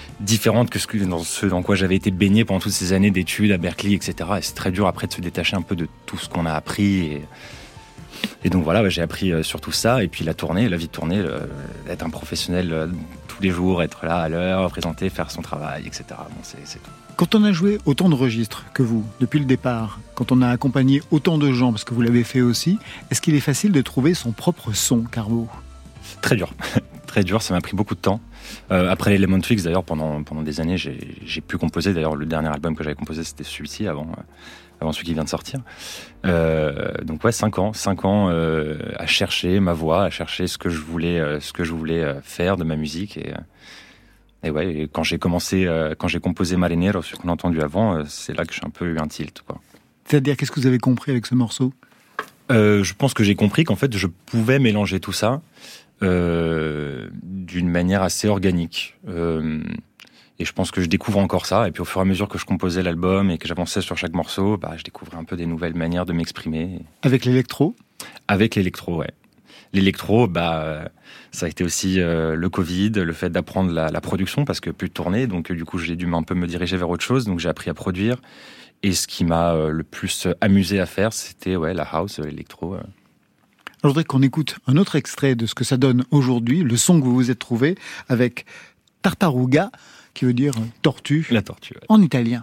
différentes que ce que dans ce dans quoi j'avais été baigné pendant toutes ces années d'études à Berkeley, et cetera. Et c'est très dur après de se détacher un peu de tout ce qu'on a appris. Et, et donc voilà, ouais, j'ai appris euh, sur tout ça. Et puis la tournée, la vie de tournée, le, être un professionnel euh, tous les jours, être là à l'heure, présenter, faire son travail, et cetera. Bon, c'est, c'est tout. Quand on a joué autant de registres que vous, depuis le départ, quand on a accompagné autant de gens, parce que vous l'avez fait aussi, est-ce qu'il est facile de trouver son propre son, Carbo ? Très dur, très dur, ça m'a pris beaucoup de temps. Euh, après les Lemon Twigs, d'ailleurs, pendant, pendant des années, j'ai, j'ai pu composer. D'ailleurs, le dernier album que j'avais composé, c'était celui-ci, avant, euh, avant celui qui vient de sortir. Euh, donc ouais, cinq ans, cinq ans euh, à chercher ma voix, à chercher ce que je voulais, euh, ce que je voulais euh, faire de ma musique. Et, euh, et ouais, et quand j'ai commencé, euh, quand j'ai composé Marinero, ce qu'on a entendu avant, euh, c'est là que j'ai un peu eu un tilt, quoi. C'est-à-dire, qu'est-ce que vous avez compris avec ce morceau ? euh, Je pense que j'ai compris qu'en fait, je pouvais mélanger tout ça euh, d'une manière assez organique. Euh, et je pense que je découvre encore ça. Et puis au fur et à mesure que je composais l'album et que j'avançais sur chaque morceau, bah, je découvrais un peu des nouvelles manières de m'exprimer. Avec l'électro ? Avec l'électro, ouais. L'électro, bah, ça a été aussi euh, le Covid, le fait d'apprendre la, la production, parce que plus de tournée, donc du coup j'ai dû un peu me diriger vers autre chose, donc j'ai appris à produire. Et ce qui m'a euh, le plus amusé à faire, c'était ouais, la house, l'électro. Euh. Je voudrais qu'on écoute un autre extrait de ce que ça donne aujourd'hui, le son que vous vous êtes trouvé avec Tartaruga, qui veut dire tortue, la tortue ouais. En italien.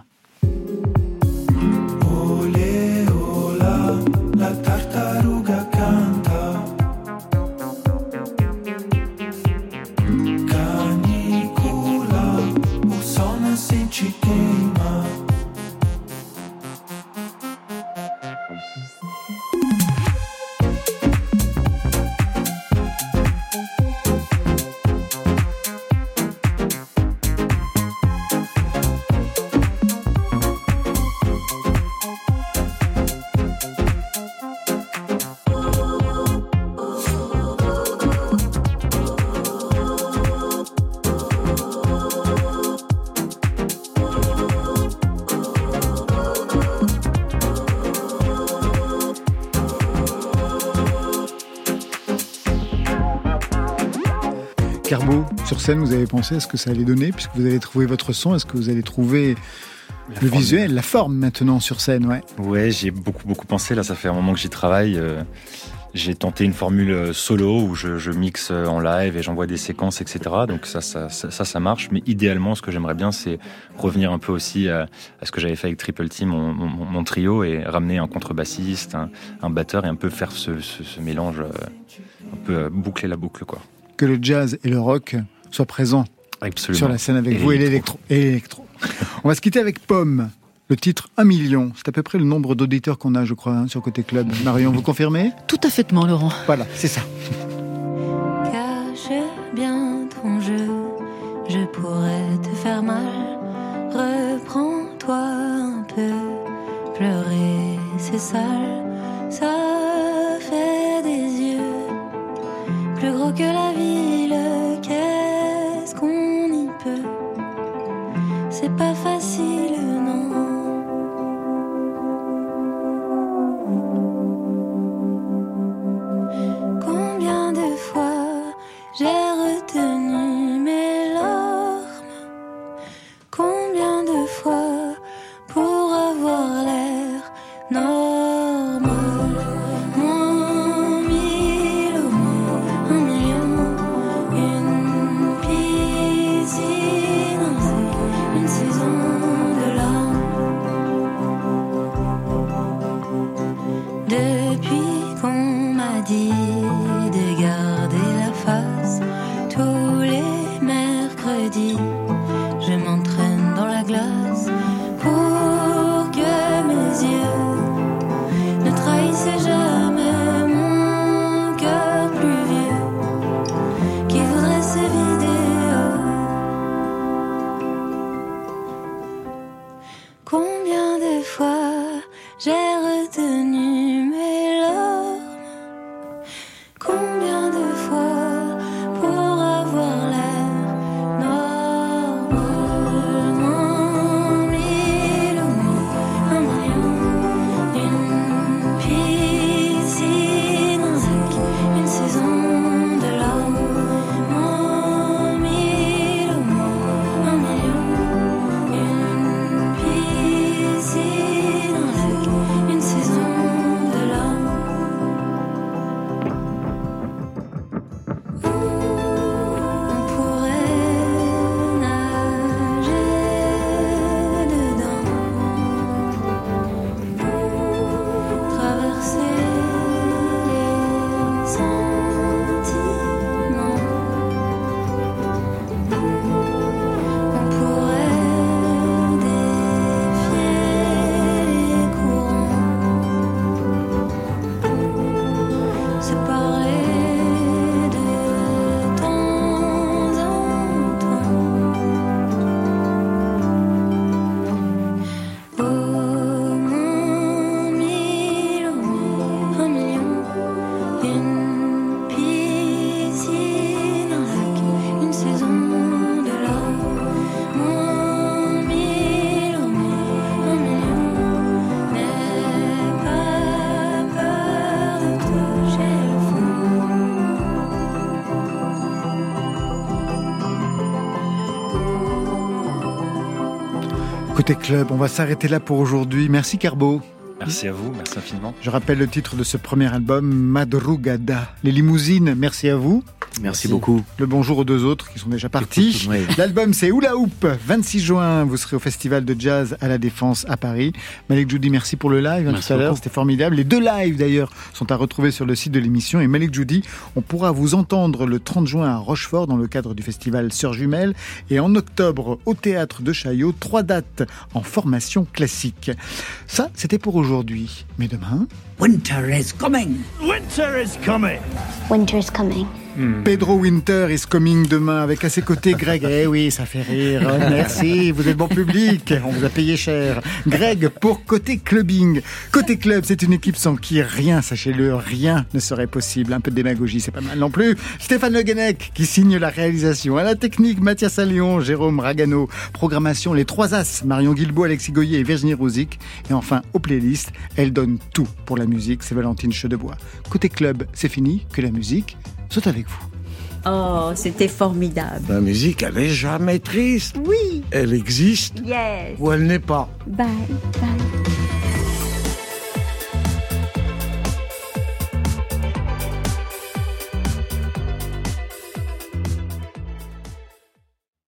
Ole, ola, la tartaruga canta. Canicula, o sol nasce ci queima. Carbo, sur scène, vous avez pensé à ce que ça allait donner, puisque vous avez trouvé votre son, est-ce que vous allez trouver la le visuel, la forme maintenant sur scène, ouais. Ouais, j'y ai beaucoup beaucoup pensé, là ça fait un moment que j'y travaille. Euh, j'ai tenté une formule solo où je, je mixe en live et j'envoie des séquences, et cetera. Donc ça ça, ça, ça, ça marche, mais idéalement ce que j'aimerais bien c'est revenir un peu aussi à, à ce que j'avais fait avec Triple T, mon, mon, mon trio, et ramener un contrebassiste, un, un batteur, et un peu faire ce, ce, ce mélange, un peu boucler la boucle, quoi. Que le jazz et le rock soient présents Absolument. Sur la scène avec et vous et l'électro. Et l'électro. On va se quitter avec Pomme, le titre un million. C'est à peu près le nombre d'auditeurs qu'on a, je crois, hein, sur Côté Club. Marion, vous confirmez ? Tout à faitement, Laurent. Voilà, c'est ça. Cache bien ton jeu, je pourrais te faire mal. Reprends-toi un peu, pleurer c'est sale, ça fait des yeux plus gros que la ville, qu'est-ce qu'on y peut? C'est pas facile, non. Combien de fois j'ai retenu mes larmes? Combien de fois pour avoir l'air normal? Moins mille au moins un million, une piscine, une saison de larmes. Depuis qu'on m'a dit de garder la face, tous les mercredis, je m'entraîne dans la glace pour que mes yeux ne trahissaient jamais mon cœur plus vieux qui voudrait se vider. Oh. Combien de fois j'ai retenu mes larmes? Côté club, on va s'arrêter là pour aujourd'hui. Merci Carbo. Merci à vous, merci infiniment. Je rappelle le titre de ce premier album, Madrugada. Les limousines, merci à vous. Merci, merci beaucoup. Le bonjour aux deux autres qui sont déjà partis. Oui. L'album c'est Hula Hoop. vingt-six juin, vous serez au Festival de Jazz à la Défense à Paris. Malik Djoudi, merci pour le live hein, tout à l'heure, c'était formidable. Les deux lives d'ailleurs sont à retrouver sur le site de l'émission. Et Malik Djoudi, on pourra vous entendre le trente juin à Rochefort dans le cadre du festival Sœurs Jumelles. Et en octobre au Théâtre de Chaillot, trois dates en formation classique. Ça, c'était pour aujourd'hui. Aujourd'hui. Mais demain... Winter is coming. Winter is coming. Winter is coming. Hmm. Pedro Winter is coming demain avec à ses côtés Greg. Eh oui, ça fait rire. Merci, vous êtes bon public. On vous a payé cher. Greg pour Côté Clubbing. Côté Club, c'est une équipe sans qui rien, sachez-le, rien ne serait possible. Un peu de démagogie, c'est pas mal non plus. Stéphane Le Guenec qui signe la réalisation. À la technique, Mathias Allion, Jérôme Ragano. Programmation, les trois As, Marion Guilbault, Alexis Goyer et Virginie Rouzic. Et enfin, aux playlists, elle donne tout pour la musique. C'est Valentine Chedebois. Côté Club, c'est fini. Que la musique soit avec vous. Oh, c'était formidable. La musique, elle est jamais triste. Oui. Elle existe. Yes. Ou elle n'est pas. Bye, bye.